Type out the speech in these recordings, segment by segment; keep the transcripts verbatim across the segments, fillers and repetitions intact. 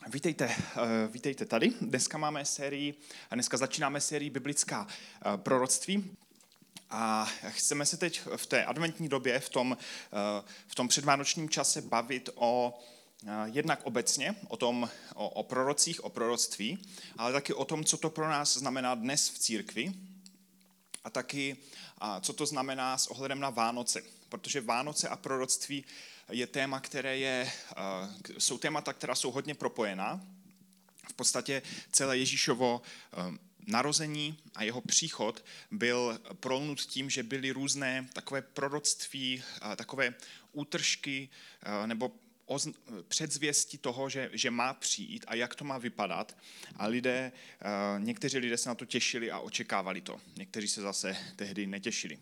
Vítejte, vítejte tady. Dneska máme sérii, a dneska začínáme sérii biblická proroctví. A chceme se teď v té adventní době, v tom, v tom předvánočním čase bavit o jednak obecně, o tom, o, o prorocích, o proroctví, ale taky o tom, co to pro nás znamená dnes v církvi a taky, co to znamená s ohledem na Vánoce. Protože Vánoce a proroctví je téma, které je, jsou témata, která jsou hodně propojená. V podstatě celé Ježíšovo narození a jeho příchod byl prolnut tím, že byly různé takové proroctví, takové útržky nebo předzvěsti toho, že, že má přijít a jak to má vypadat. A lidé, někteří lidé se na to těšili a očekávali to. Někteří se zase tehdy netěšili.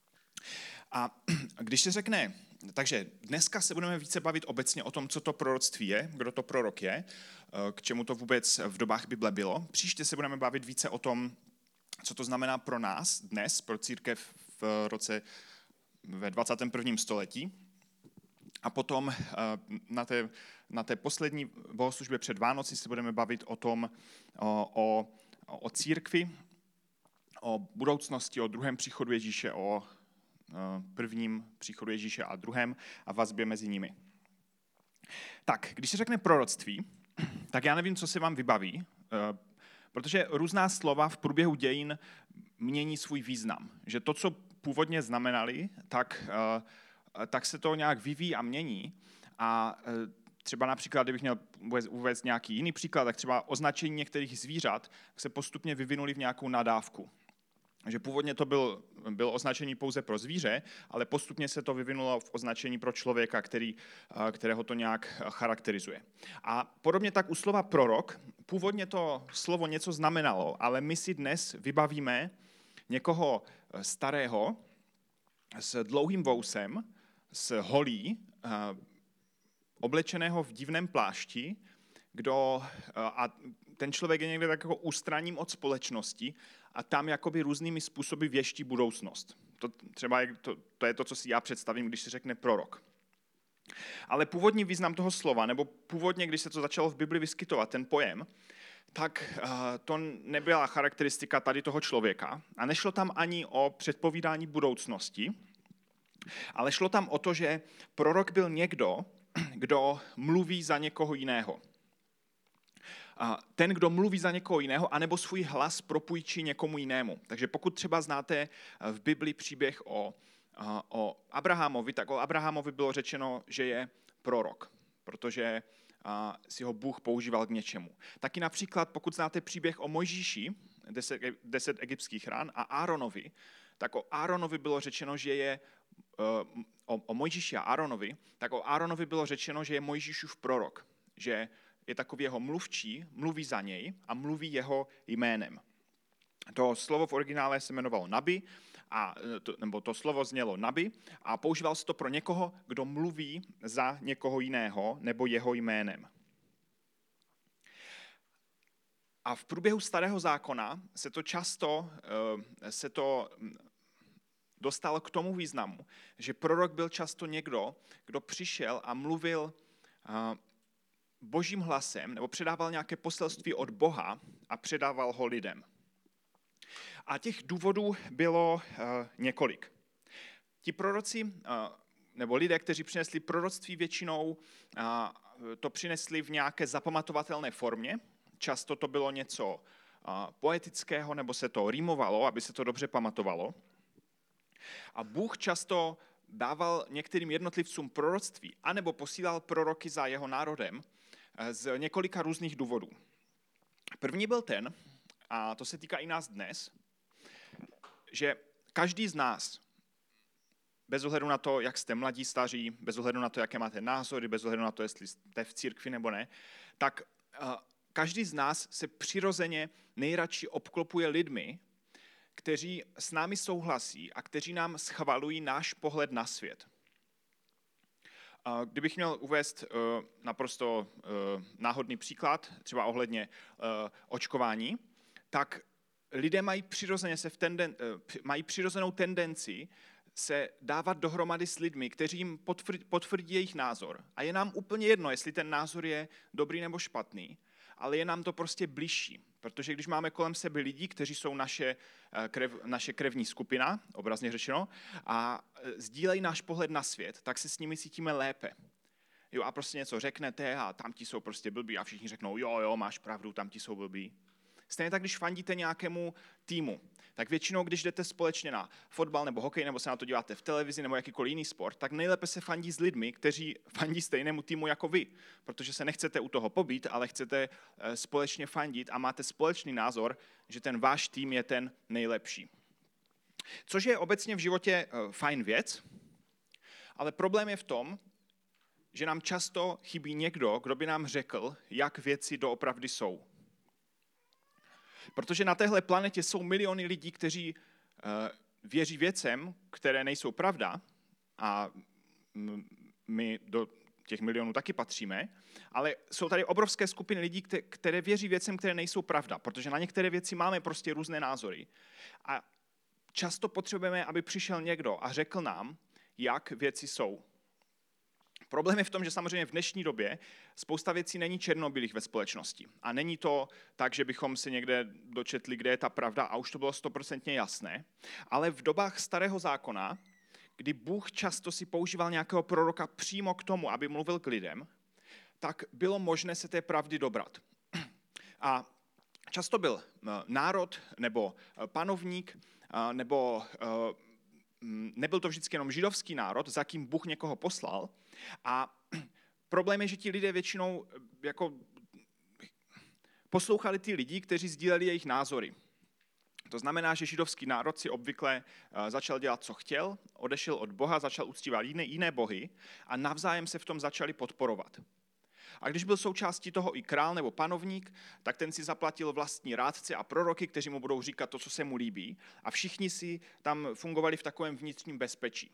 A když se řekne, takže dneska se budeme více bavit obecně o tom, co to proroctví je, kdo to prorok je, k čemu to vůbec v dobách Bible bylo. Příště se budeme bavit více o tom, co to znamená pro nás dnes, pro církev v roce ve dvacátém prvním století. A potom na té, na té poslední bohoslužbě před Vánoci se budeme bavit o tom, o, o, o církvi, o budoucnosti, o druhém příchodu Ježíše, o prvním příchodu Ježíše a druhém a vazbě mezi nimi. Tak, když se řekne proroctví, tak já nevím, co se vám vybaví, protože různá slova v průběhu dějin mění svůj význam. Že to, co původně znamenali, tak, tak se to nějak vyvíjí a mění. A třeba například, kdybych měl uvést nějaký jiný příklad, tak třeba označení některých zvířat se postupně vyvinuli v nějakou nadávku. Že původně to byl, bylo označení pouze pro zvíře, ale postupně se to vyvinulo v označení pro člověka, který, kterého to nějak charakterizuje. A podobně tak u slova prorok, původně to slovo něco znamenalo, ale my si dnes vybavíme někoho starého s dlouhým vousem, s holí, oblečeného v divném plášti, kdo, a ten člověk je někde tak jako ústraním od společnosti a tam jakoby různými způsoby věští budoucnost. To, třeba je, to, to je to, co si já představím, když se řekne prorok. Ale původní význam toho slova, nebo původně, když se to začalo v Bibli vyskytovat, ten pojem, tak uh, to nebyla charakteristika tady toho člověka a nešlo tam ani o předpovídání budoucnosti, ale šlo tam o to, že prorok byl někdo, kdo mluví za někoho jiného. Ten, kdo mluví za někoho jiného, anebo svůj hlas propůjčí někomu jinému. Takže pokud třeba znáte v Bibli příběh o, o Abrahamovi, tak o Abrahamovi bylo řečeno, že je prorok, protože si ho Bůh používal k něčemu. Taky například, pokud znáte příběh o Mojžíši, deset, deset egyptských ran, a Áronovi, tak o Áronovi bylo řečeno, že je o, o Mojžíši a Áronovi, tak o Áronovi bylo řečeno, že je Mojžíšův prorok, že je takový jeho mluvčí, mluví za něj a mluví jeho jménem. To slovo v originále se jmenovalo nabi, a, to, nebo to slovo znělo nabi a používal se to pro někoho, kdo mluví za někoho jiného nebo jeho jménem. A v průběhu Starého zákona se to často se to dostalo k tomu významu, že prorok byl často někdo, kdo přišel a mluvil Božím hlasem, nebo předával nějaké poselství od Boha a předával ho lidem. A těch důvodů bylo uh, několik. Ti proroci, uh, nebo lidé, kteří přinesli proroctví většinou, uh, to přinesli v nějaké zapamatovatelné formě. Často to bylo něco uh, poetického, nebo se to rýmovalo, aby se to dobře pamatovalo. A Bůh často dával některým jednotlivcům proroctví, anebo posílal proroky za jeho národem, z několika různých důvodů. První byl ten, a to se týká i nás dnes, že každý z nás, bez ohledu na to, jak jste mladí, staří, bez ohledu na to, jaké máte názory, bez ohledu na to, jestli jste v církvi nebo ne, tak každý z nás se přirozeně nejradši obklopuje lidmi, kteří s námi souhlasí a kteří nám schvalují náš pohled na svět. Kdybych měl uvést naprosto náhodný příklad, třeba ohledně očkování, tak lidé mají, přirozeně se v tenden, mají přirozenou tendenci se dávat dohromady s lidmi, kteří jim potvrdí, potvrdí jejich názor. A je nám úplně jedno, jestli ten názor je dobrý nebo špatný, ale je nám to prostě bližší. Protože když máme kolem sebe lidi, kteří jsou naše, krev, naše krevní skupina, obrazně řečeno, a sdílejí náš pohled na svět, tak se s nimi cítíme lépe. Jo, a prostě něco řeknete a tamti jsou prostě blbí a všichni řeknou, jo, jo, máš pravdu, tamti jsou blbí. Stejně tak, když fandíte nějakému týmu, tak většinou, když jdete společně na fotbal nebo hokej, nebo se na to díváte v televizi nebo jakýkoliv jiný sport, tak nejlépe se fandí s lidmi, kteří fandí stejnému týmu jako vy, protože se nechcete u toho pobít, ale chcete společně fandit a máte společný názor, že ten váš tým je ten nejlepší. Což je obecně v životě fajn věc, ale problém je v tom, že nám často chybí někdo, kdo by nám řekl, jak věci doopravdy jsou. Protože na téhle planetě jsou miliony lidí, kteří věří věcem, které nejsou pravda, a my do těch milionů taky patříme, ale jsou tady obrovské skupiny lidí, které věří věcem, které nejsou pravda, protože na některé věci máme prostě různé názory. A často potřebujeme, aby přišel někdo a řekl nám, jak věci jsou. Problém je v tom, že samozřejmě v dnešní době spousta věcí není černobílých ve společnosti. A není to tak, že bychom si někde dočetli, kde je ta pravda a už to bylo stoprocentně jasné. Ale v dobách starého zákona, kdy Bůh často si používal nějakého proroka přímo k tomu, aby mluvil k lidem, tak bylo možné se té pravdy dobrat. A často byl národ nebo panovník nebo nebyl to vždycky jenom židovský národ, za kým Bůh někoho poslal. A problém je, že ti lidé většinou jako poslouchali ty lidi, kteří sdíleli jejich názory. To znamená, že židovský národ si obvykle začal dělat, co chtěl, odešel od Boha, začal uctívat jiné, jiné bohy a navzájem se v tom začali podporovat. A když byl součástí toho i král nebo panovník, tak ten si zaplatil vlastní rádce a proroky, kteří mu budou říkat to, co se mu líbí. A všichni si tam fungovali v takovém vnitřním bezpečí.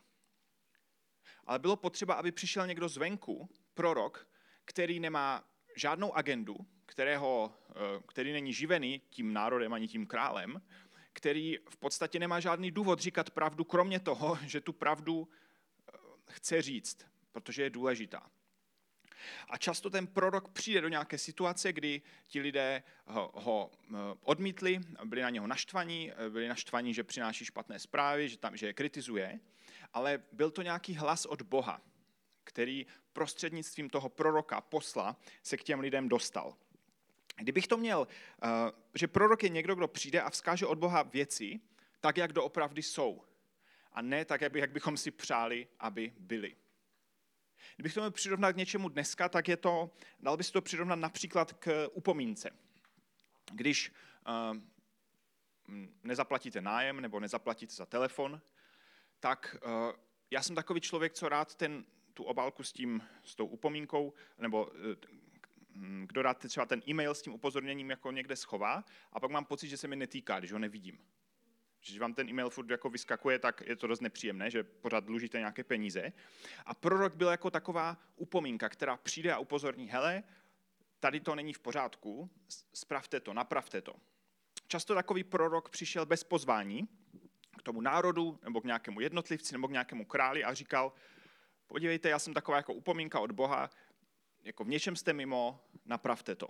Ale bylo potřeba, aby přišel někdo zvenku, prorok, který nemá žádnou agendu, kterého, který není živený tím národem ani tím králem, který v podstatě nemá žádný důvod říkat pravdu, kromě toho, že tu pravdu chce říct, protože je důležitá. A často ten prorok přijde do nějaké situace, kdy ti lidé ho, ho odmítli, byli na něho naštvaní, byli naštvaní, že přináší špatné zprávy, že, tam, že je kritizuje, ale byl to nějaký hlas od Boha, který prostřednictvím toho proroka, posla, se k těm lidem dostal. Kdybych to měl, že prorok je někdo, kdo přijde a vzkáže od Boha věci, tak, jak doopravdy jsou, a ne tak, jak bychom si přáli, aby byly. Kdybych to měl přirovnat k něčemu dneska, tak je to, dal by se to přirovnat například k upomínce. Když uh, nezaplatíte nájem nebo nezaplatíte za telefon, tak uh, já jsem takový člověk, co rád ten, tu obálku s, tím, s tou upomínkou, nebo uh, kdo rád třeba ten e-mail s tím upozorněním jako někde schová, a pak mám pocit, že se mi netýká, když ho nevidím. Když vám ten e-mail furt jako vyskakuje, tak je to dost nepříjemné, že pořád dlužíte nějaké peníze. A prorok byl jako taková upomínka, která přijde a upozorní, hele, tady to není v pořádku, spravte to, napravte to. Často takový prorok přišel bez pozvání k tomu národu, nebo k nějakému jednotlivci, nebo k nějakému králi a říkal, podívejte, já jsem taková jako upomínka od Boha, jako v něčem jste mimo, napravte to.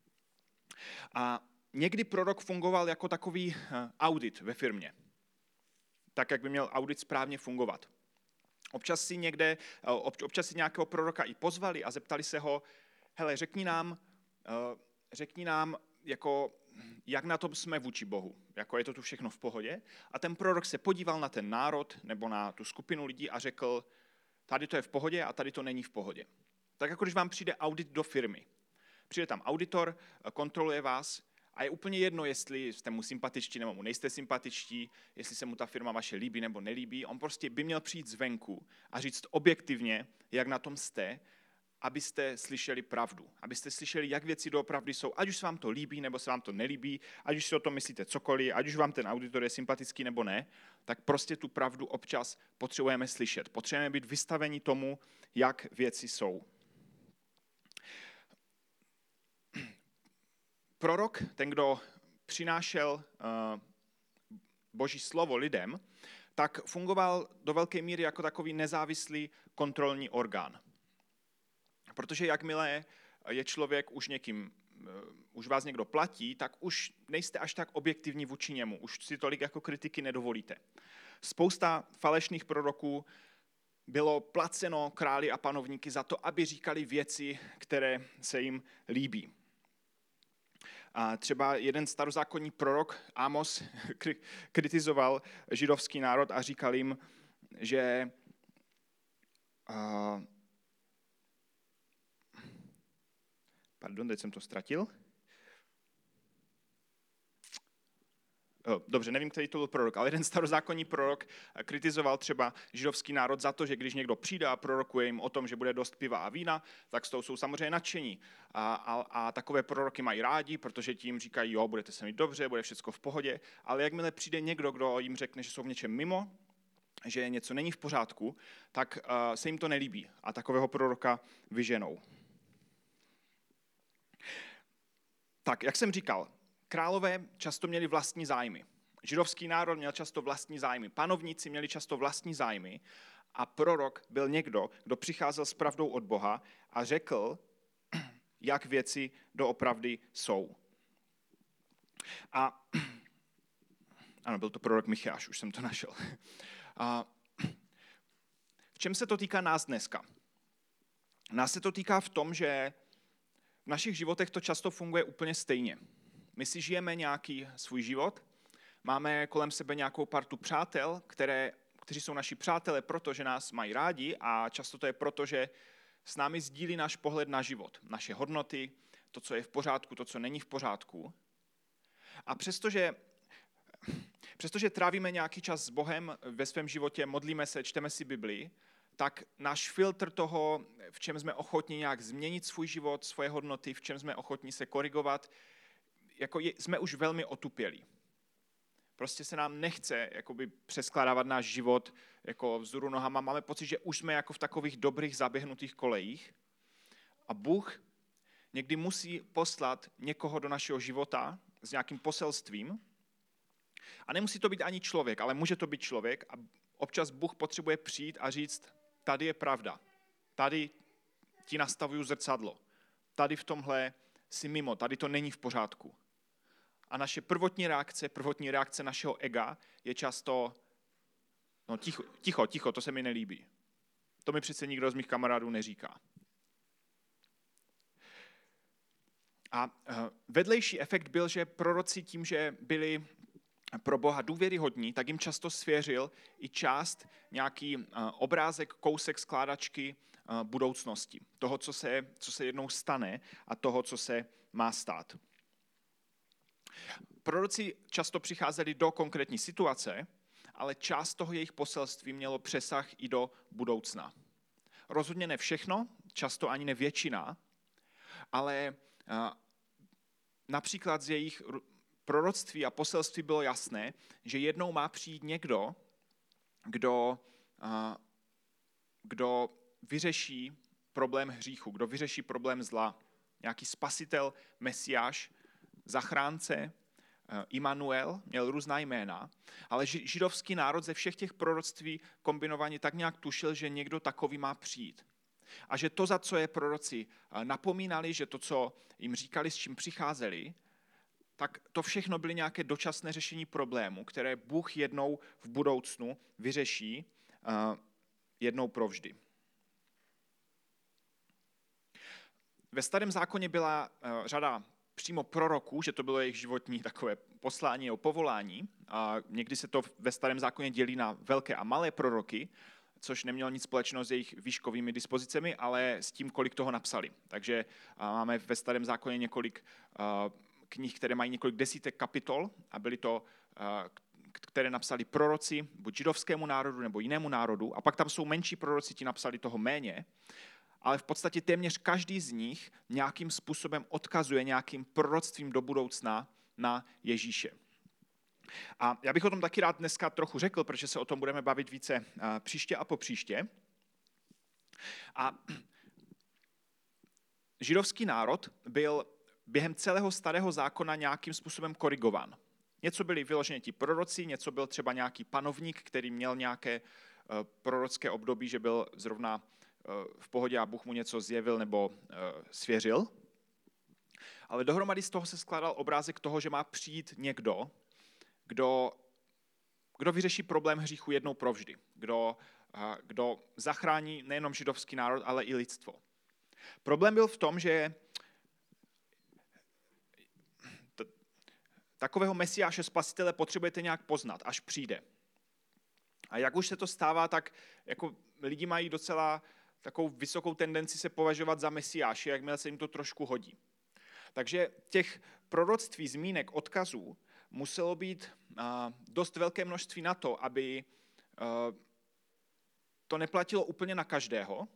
A někdy prorok fungoval jako takový audit ve firmě, tak, jak by měl audit správně fungovat. Občas si někde, občas si nějakého proroka i pozvali a zeptali se ho, hele, řekni nám, řekni nám, jako, jak na tom jsme vůči Bohu, jako je to tu všechno v pohodě. A ten prorok se podíval na ten národ nebo na tu skupinu lidí a řekl, tady to je v pohodě a tady to není v pohodě. Tak jako když vám přijde audit do firmy. Přijde tam auditor, kontroluje vás a je úplně jedno, jestli jste mu sympatičtí nebo mu nejste sympatičtí, jestli se mu ta firma vaše líbí nebo nelíbí. On prostě by měl přijít zvenku a říct objektivně, jak na tom jste, abyste slyšeli pravdu. Abyste slyšeli, jak věci doopravdy jsou, ať už se vám to líbí nebo se vám to nelíbí, ať už si o tom myslíte cokoliv, ať už vám ten auditor je sympatický nebo ne, tak prostě tu pravdu občas potřebujeme slyšet. Potřebujeme být vystaveni tomu, jak věci jsou. Prorok, ten, kdo přinášel uh, Boží slovo lidem, tak fungoval do velké míry jako takový nezávislý kontrolní orgán. Protože jakmile je člověk už někým, už vás někdo platí, tak už nejste až tak objektivní vůči němu, už si tolik jako kritiky nedovolíte. Spousta falešných proroků bylo placeno králi a panovníky za to, aby říkali věci, které se jim líbí. A třeba jeden starozákonní prorok, Amos, kritizoval židovský národ a říkal jim, že uh, pardon, teď jsem to ztratil. Dobře, nevím, který to byl prorok, ale jeden starozákonní prorok kritizoval třeba židovský národ za to, že když někdo přijde a prorokuje jim o tom, že bude dost piva a vína, tak z toho jsou samozřejmě nadšení. A, a, a takové proroky mají rádi, protože tím říkají, jo, budete se mít dobře, bude všechno v pohodě, ale jakmile přijde někdo, kdo jim řekne, že jsou v něčem mimo, že něco není v pořádku, tak uh, se jim to nelíbí a takového proroka vyženou. Tak, jak jsem říkal, králové často měli vlastní zájmy. Židovský národ měl často vlastní zájmy. Panovníci měli často vlastní zájmy a prorok byl někdo, kdo přicházel s pravdou od Boha a řekl, jak věci doopravdy jsou. A ano, byl to prorok Micháš, už jsem to našel. A v čem se to týká nás dneska? Nás se to týká v tom, že v našich životech to často funguje úplně stejně. My si žijeme nějaký svůj život, máme kolem sebe nějakou partu přátel, které, kteří jsou naši přátelé, protože nás mají rádi a často to je proto, že s námi sdílí náš pohled na život, naše hodnoty, to, co je v pořádku, to, co není v pořádku. A přestože, přestože trávíme nějaký čas s Bohem ve svém životě, modlíme se, čteme si Biblii, tak náš filtr toho, v čem jsme ochotní nějak změnit svůj život, svoje hodnoty, v čem jsme ochotní se korigovat, jako je, jsme už velmi otupělí. Prostě se nám nechce jakoby přeskládávat náš život jako vzhůru nohama. Máme pocit, že už jsme jako v takových dobrých zaběhnutých kolejích. A Bůh někdy musí poslat někoho do našeho života s nějakým poselstvím. A nemusí to být ani člověk, ale může to být člověk. A občas Bůh potřebuje přijít a říct, tady je pravda. Tady ti nastavuju zrcadlo. Tady v tomhle jsi mimo, tady to není v pořádku. A naše prvotní reakce, prvotní reakce našeho ega je často, no ticho, ticho, ticho, to se mi nelíbí. To mi přece nikdo z mých kamarádů neříká. A vedlejší efekt byl, že proroci tím, že byli pro Boha důvěryhodní, tak jim často svěřil i část, nějaký obrázek, kousek skládačky budoucnosti. Toho, co se, co se jednou stane a toho, co se má stát. Proroci často přicházeli do konkrétní situace, ale část toho jejich poselství mělo přesah i do budoucna. Rozhodně ne všechno, často ani ne většina, ale například z jejich proroctví a poselství bylo jasné, že jednou má přijít někdo, kdo, kdo vyřeší problém hříchu, kdo vyřeší problém zla. Nějaký spasitel, mesiáš, zachránce, Immanuel, měl různá jména, ale židovský národ ze všech těch proroctví kombinovaně tak nějak tušil, že někdo takový má přijít. A že to, za co je proroci napomínali, že to, co jim říkali, s čím přicházeli, tak to všechno byly nějaké dočasné řešení problému, které Bůh jednou v budoucnu vyřeší jednou provždy. Ve Starém zákoně byla řada přímo proroků, že to bylo jejich životní takové poslání o povolání. A někdy se to ve Starém zákoně dělí na velké a malé proroky, což nemělo nic společného s jejich výškovými dispozicemi, ale s tím, kolik toho napsali. Takže máme ve Starém zákoně několik knih, které mají několik desítek kapitol a byly to, které napsali proroci, buď židovskému národu nebo jinému národu. A pak tam jsou menší proroci, ti napsali toho méně. Ale v podstatě téměř každý z nich nějakým způsobem odkazuje nějakým proroctvím do budoucna na Ježíše. A já bych o tom taky rád dneska trochu řekl, protože se o tom budeme bavit více příště a popříště. A židovský národ byl během celého starého zákona nějakým způsobem korigován. Něco byli vyloženě ti proroci, něco byl třeba nějaký panovník, který měl nějaké uh, prorocké období, že byl zrovna uh, v pohodě a Bůh mu něco zjevil nebo uh, svěřil. Ale dohromady z toho se skládal obrázek toho, že má přijít někdo, kdo, kdo vyřeší problém hříchu jednou provždy, kdo, uh, kdo zachrání nejenom židovský národ, ale i lidstvo. Problém byl v tom, že takového mesiáše, spasitele potřebujete nějak poznat, až přijde. A jak už se to stává, tak jako lidi mají docela takovou vysokou tendenci se považovat za mesiáše, jakmile se jim to trošku hodí. Takže těch proroctví, zmínek, odkazů muselo být uh, dost velké množství na to, aby uh, to neplatilo úplně na každého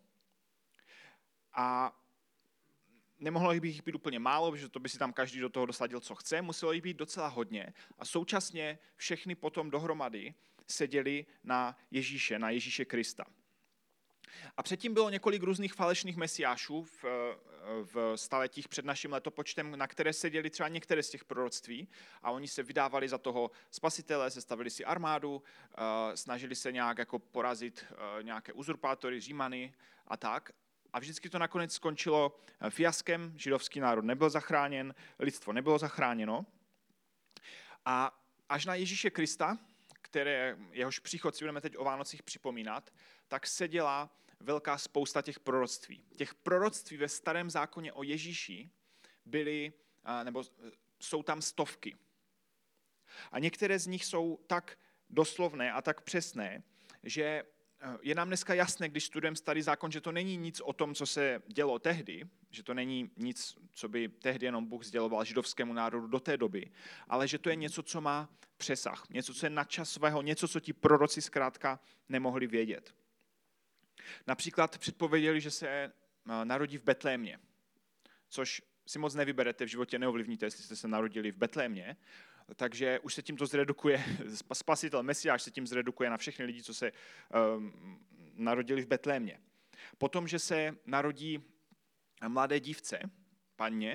a nemohlo jich být úplně málo, protože to by si tam každý do toho dosadil, co chce, muselo jich být docela hodně a současně všechny potom dohromady seděli na Ježíše, na Ježíše Krista. A předtím bylo několik různých falešných mesiášů v, v staletích před naším letopočtem, na které seděli třeba některé z těch proroctví a oni se vydávali za toho spasitele, sestavili si armádu, snažili se nějak jako porazit nějaké uzurpátory, Římany a tak. A vždycky to nakonec skončilo fiaskem, židovský národ nebyl zachráněn, lidstvo nebylo zachráněno. A až na Ježíše Krista, které, jehož příchod si budeme teď o Vánocích připomínat, tak seděla velká spousta těch proroctví. Těch proroctví ve Starém zákoně o Ježíši byly, nebo jsou tam stovky. A některé z nich jsou tak doslovné a tak přesné, že je nám dneska jasné, když studujeme Starý zákon, že to není nic o tom, co se dělo tehdy, že to není nic, co by tehdy jenom Bůh sděloval židovskému národu do té doby, ale že to je něco, co má přesah, něco, co je nadčasového, něco, co ti proroci zkrátka nemohli vědět. Například předpověděli, že se narodí v Betlémě, což si moc nevyberete, v životě neovlivníte, jestli jste se narodili v Betlémě, takže už se tím to zredukuje, spasitel, mesiáš se tím zredukuje na všechny lidi, co se um, narodili v Betlémě. Potom, že se narodí mladé dívce, panně,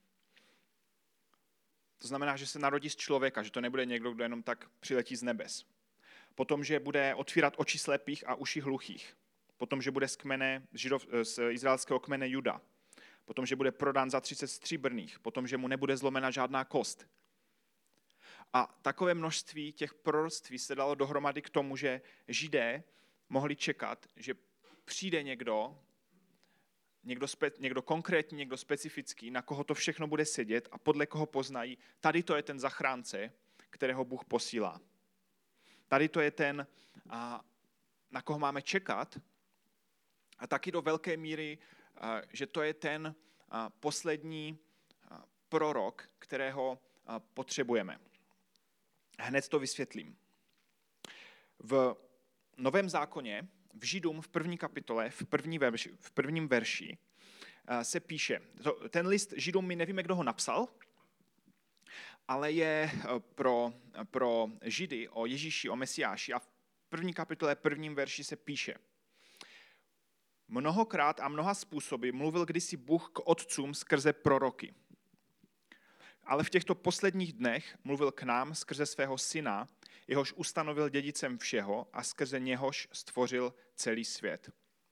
to znamená, že se narodí z člověka, že to nebude někdo, kdo jenom tak přiletí z nebes. Potom, že bude otvírat oči slepých a uši hluchých. Potom, že bude z, kmene, židov, z izraelského kmene Juda. Potom, že bude prodán za třicet stříbrných. Potom, že mu nebude zlomena žádná kost. A takové množství těch proroctví se dalo dohromady k tomu, že Židé mohli čekat, že přijde někdo, někdo, spe, někdo konkrétní, někdo specifický, na koho to všechno bude sedět a podle koho poznají, tady to je ten zachránce, kterého Bůh posílá. Tady to je ten, na koho máme čekat a taky do velké míry, že to je ten poslední prorok, kterého potřebujeme. Hned to vysvětlím. V Novém zákoně, v Židům v první kapitole, v, první verši, v prvním verši se píše, ten list Židům my nevíme, kdo ho napsal, ale je pro, pro Židy o Ježíši, o Mesiáši a v první kapitole, prvním verši se píše. Mnohokrát a mnoha způsoby mluvil kdysi Bůh k otcům skrze proroky. Ale v těchto posledních dnech mluvil k nám skrze svého syna, jehož ustanovil dědicem všeho a skrze něhož stvořil celý svět.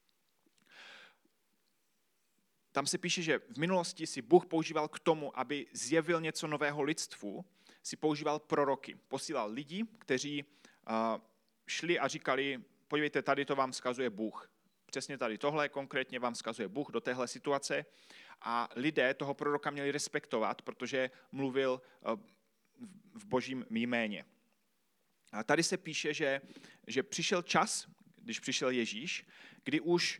Tam se píše, že v minulosti si Bůh používal k tomu, aby zjevil něco nového lidstvu, si používal proroky. Posílal lidi, kteří šli a říkali, podívejte, tady to vám vzkazuje Bůh. Přesně tady tohle konkrétně vám vzkazuje Bůh do téhle situace. A lidé toho proroka měli respektovat, protože mluvil v božím jméně. A tady se píše, že, že přišel čas, když přišel Ježíš, kdy už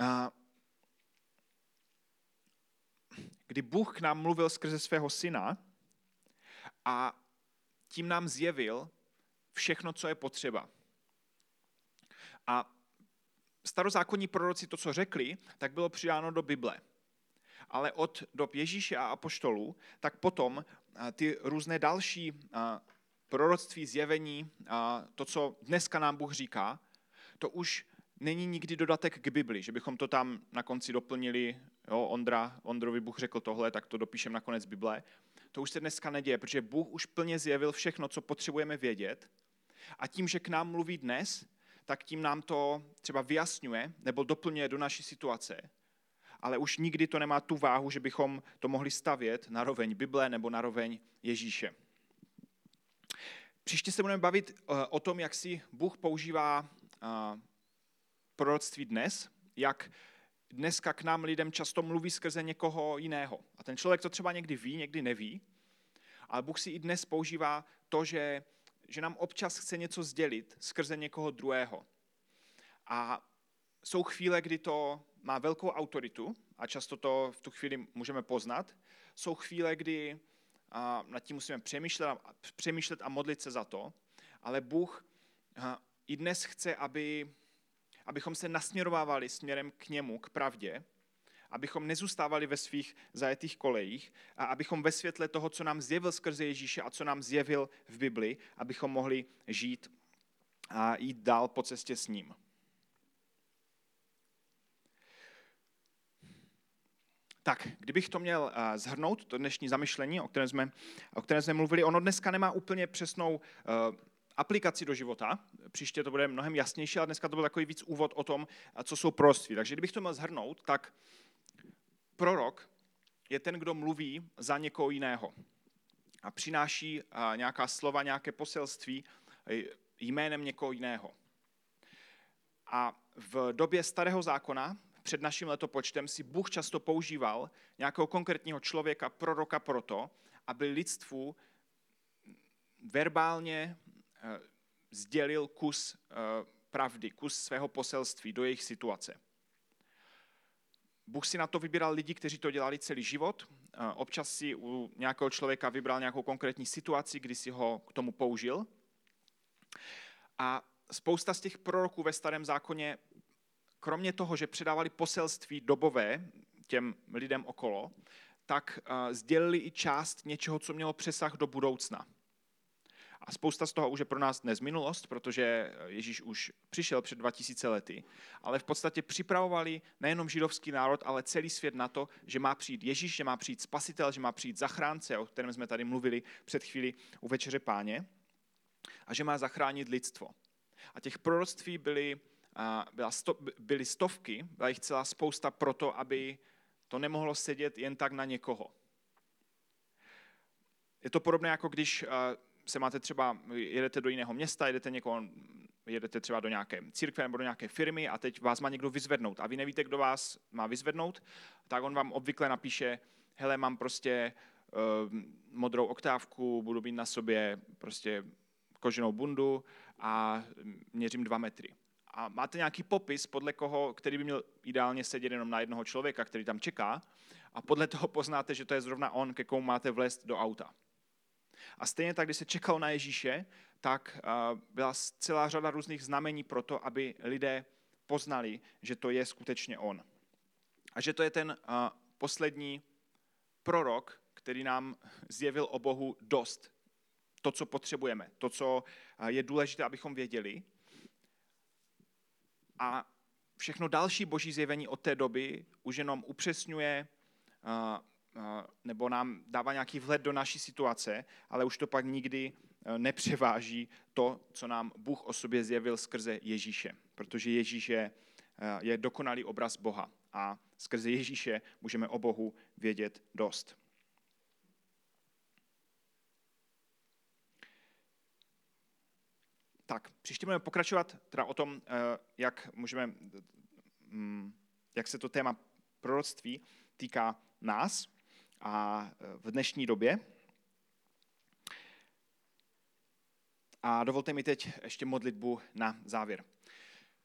kdy Bůh k nám mluvil skrze svého syna a tím nám zjevil všechno, co je potřeba. A starozákonní proroci to, co řekli, tak bylo přidáno do Bible. Ale od dob Ježíše a apoštolů, tak potom ty různé další proroctví, zjevení, to, co dneska nám Bůh říká, to už není nikdy dodatek k Bibli, že bychom to tam na konci doplnili, jo, Ondra, Ondrovi Bůh řekl tohle, tak to dopíšem na konec Bible. To už se dneska neděje, protože Bůh už plně zjevil všechno, co potřebujeme vědět. A tím, že k nám mluví dnes, tak tím nám to třeba vyjasňuje nebo doplňuje do naší situace. Ale už nikdy to nemá tu váhu, že bychom to mohli stavět na roveň Bible nebo na roveň Ježíše. Příště se budeme bavit o tom, jak si Bůh používá proroctví dnes, jak dneska k nám lidem často mluví skrze někoho jiného. A ten člověk to třeba někdy ví, někdy neví, ale Bůh si i dnes používá to, že, že nám občas chce něco sdělit skrze někoho druhého. A jsou chvíle, kdy to má velkou autoritu a často to v tu chvíli můžeme poznat. Jsou chvíle, kdy a, nad tím musíme přemýšlet, přemýšlet a modlit se za to, ale Bůh a, i dnes chce, aby, abychom se nasměrovávali směrem k němu, k pravdě, abychom nezůstávali ve svých zajetých kolejích a abychom ve světle toho, co nám zjevil skrze Ježíše a co nám zjevil v Bibli, abychom mohli žít a jít dál po cestě s ním. Tak, kdybych to měl shrnout, to dnešní zamyšlení, o kterém jsme, o kterém jsme mluvili, ono dneska nemá úplně přesnou uh, aplikaci do života, příště to bude mnohem jasnější, ale dneska to byl takový víc úvod o tom, co jsou proroctví. Takže kdybych to měl shrnout, tak prorok je ten, kdo mluví za někoho jiného a přináší uh, nějaká slova, nějaké poselství jménem někoho jiného. A v době Starého zákona, před naším letopočtem, si Bůh často používal nějakého konkrétního člověka, proroka proto, aby lidstvu verbálně sdělil kus pravdy, kus svého poselství do jejich situace. Bůh si na to vybíral lidi, kteří to dělali celý život. Občas si u nějakého člověka vybral nějakou konkrétní situaci, kdy si ho k tomu použil. A spousta z těch proroků ve Starém zákoně, kromě toho, že předávali poselství dobové těm lidem okolo, tak sdělili i část něčeho, co mělo přesah do budoucna. A spousta z toho už je pro nás dnes minulost, protože Ježíš už přišel před dva tisíce lety, ale v podstatě připravovali nejenom židovský národ, ale celý svět na to, že má přijít Ježíš, že má přijít Spasitel, že má přijít zachránce, o kterém jsme tady mluvili před chvíli u Večeře Páně, a že má zachránit lidstvo. A těch proroctví byly, byla sto, byly stovky, byla jich celá spousta proto, aby to nemohlo sedět jen tak na někoho. Je to podobné, jako když se máte třeba, jedete do jiného města, jedete, někoho, jedete třeba do nějaké církve nebo do nějaké firmy a teď vás má někdo vyzvednout a vy nevíte, kdo vás má vyzvednout, tak on vám obvykle napíše, hele, mám prostě uh, modrou oktávku, budu mít na sobě prostě koženou bundu a měřím dva metry. A máte nějaký popis, podle koho, který by měl ideálně sedět jenom na jednoho člověka, který tam čeká, a podle toho poznáte, že to je zrovna on, ke komu máte vlézt do auta. A stejně tak, když se čekalo na Ježíše, tak byla celá řada různých znamení pro to, aby lidé poznali, že to je skutečně on. A že to je ten poslední prorok, který nám zjevil o Bohu dost. To, co potřebujeme, to, co je důležité, abychom věděli. A všechno další boží zjevení od té doby už jenom upřesňuje nebo nám dává nějaký vhled do naší situace, ale už to pak nikdy nepřeváží to, co nám Bůh o sobě zjevil skrze Ježíše. Protože Ježíš je, je dokonalý obraz Boha a skrze Ježíše můžeme o Bohu vědět dost. Tak, příště budeme pokračovat teda o tom, jak můžeme, jak se to téma proroctví týká nás a v dnešní době. A dovolte mi teď ještě modlitbu na závěr.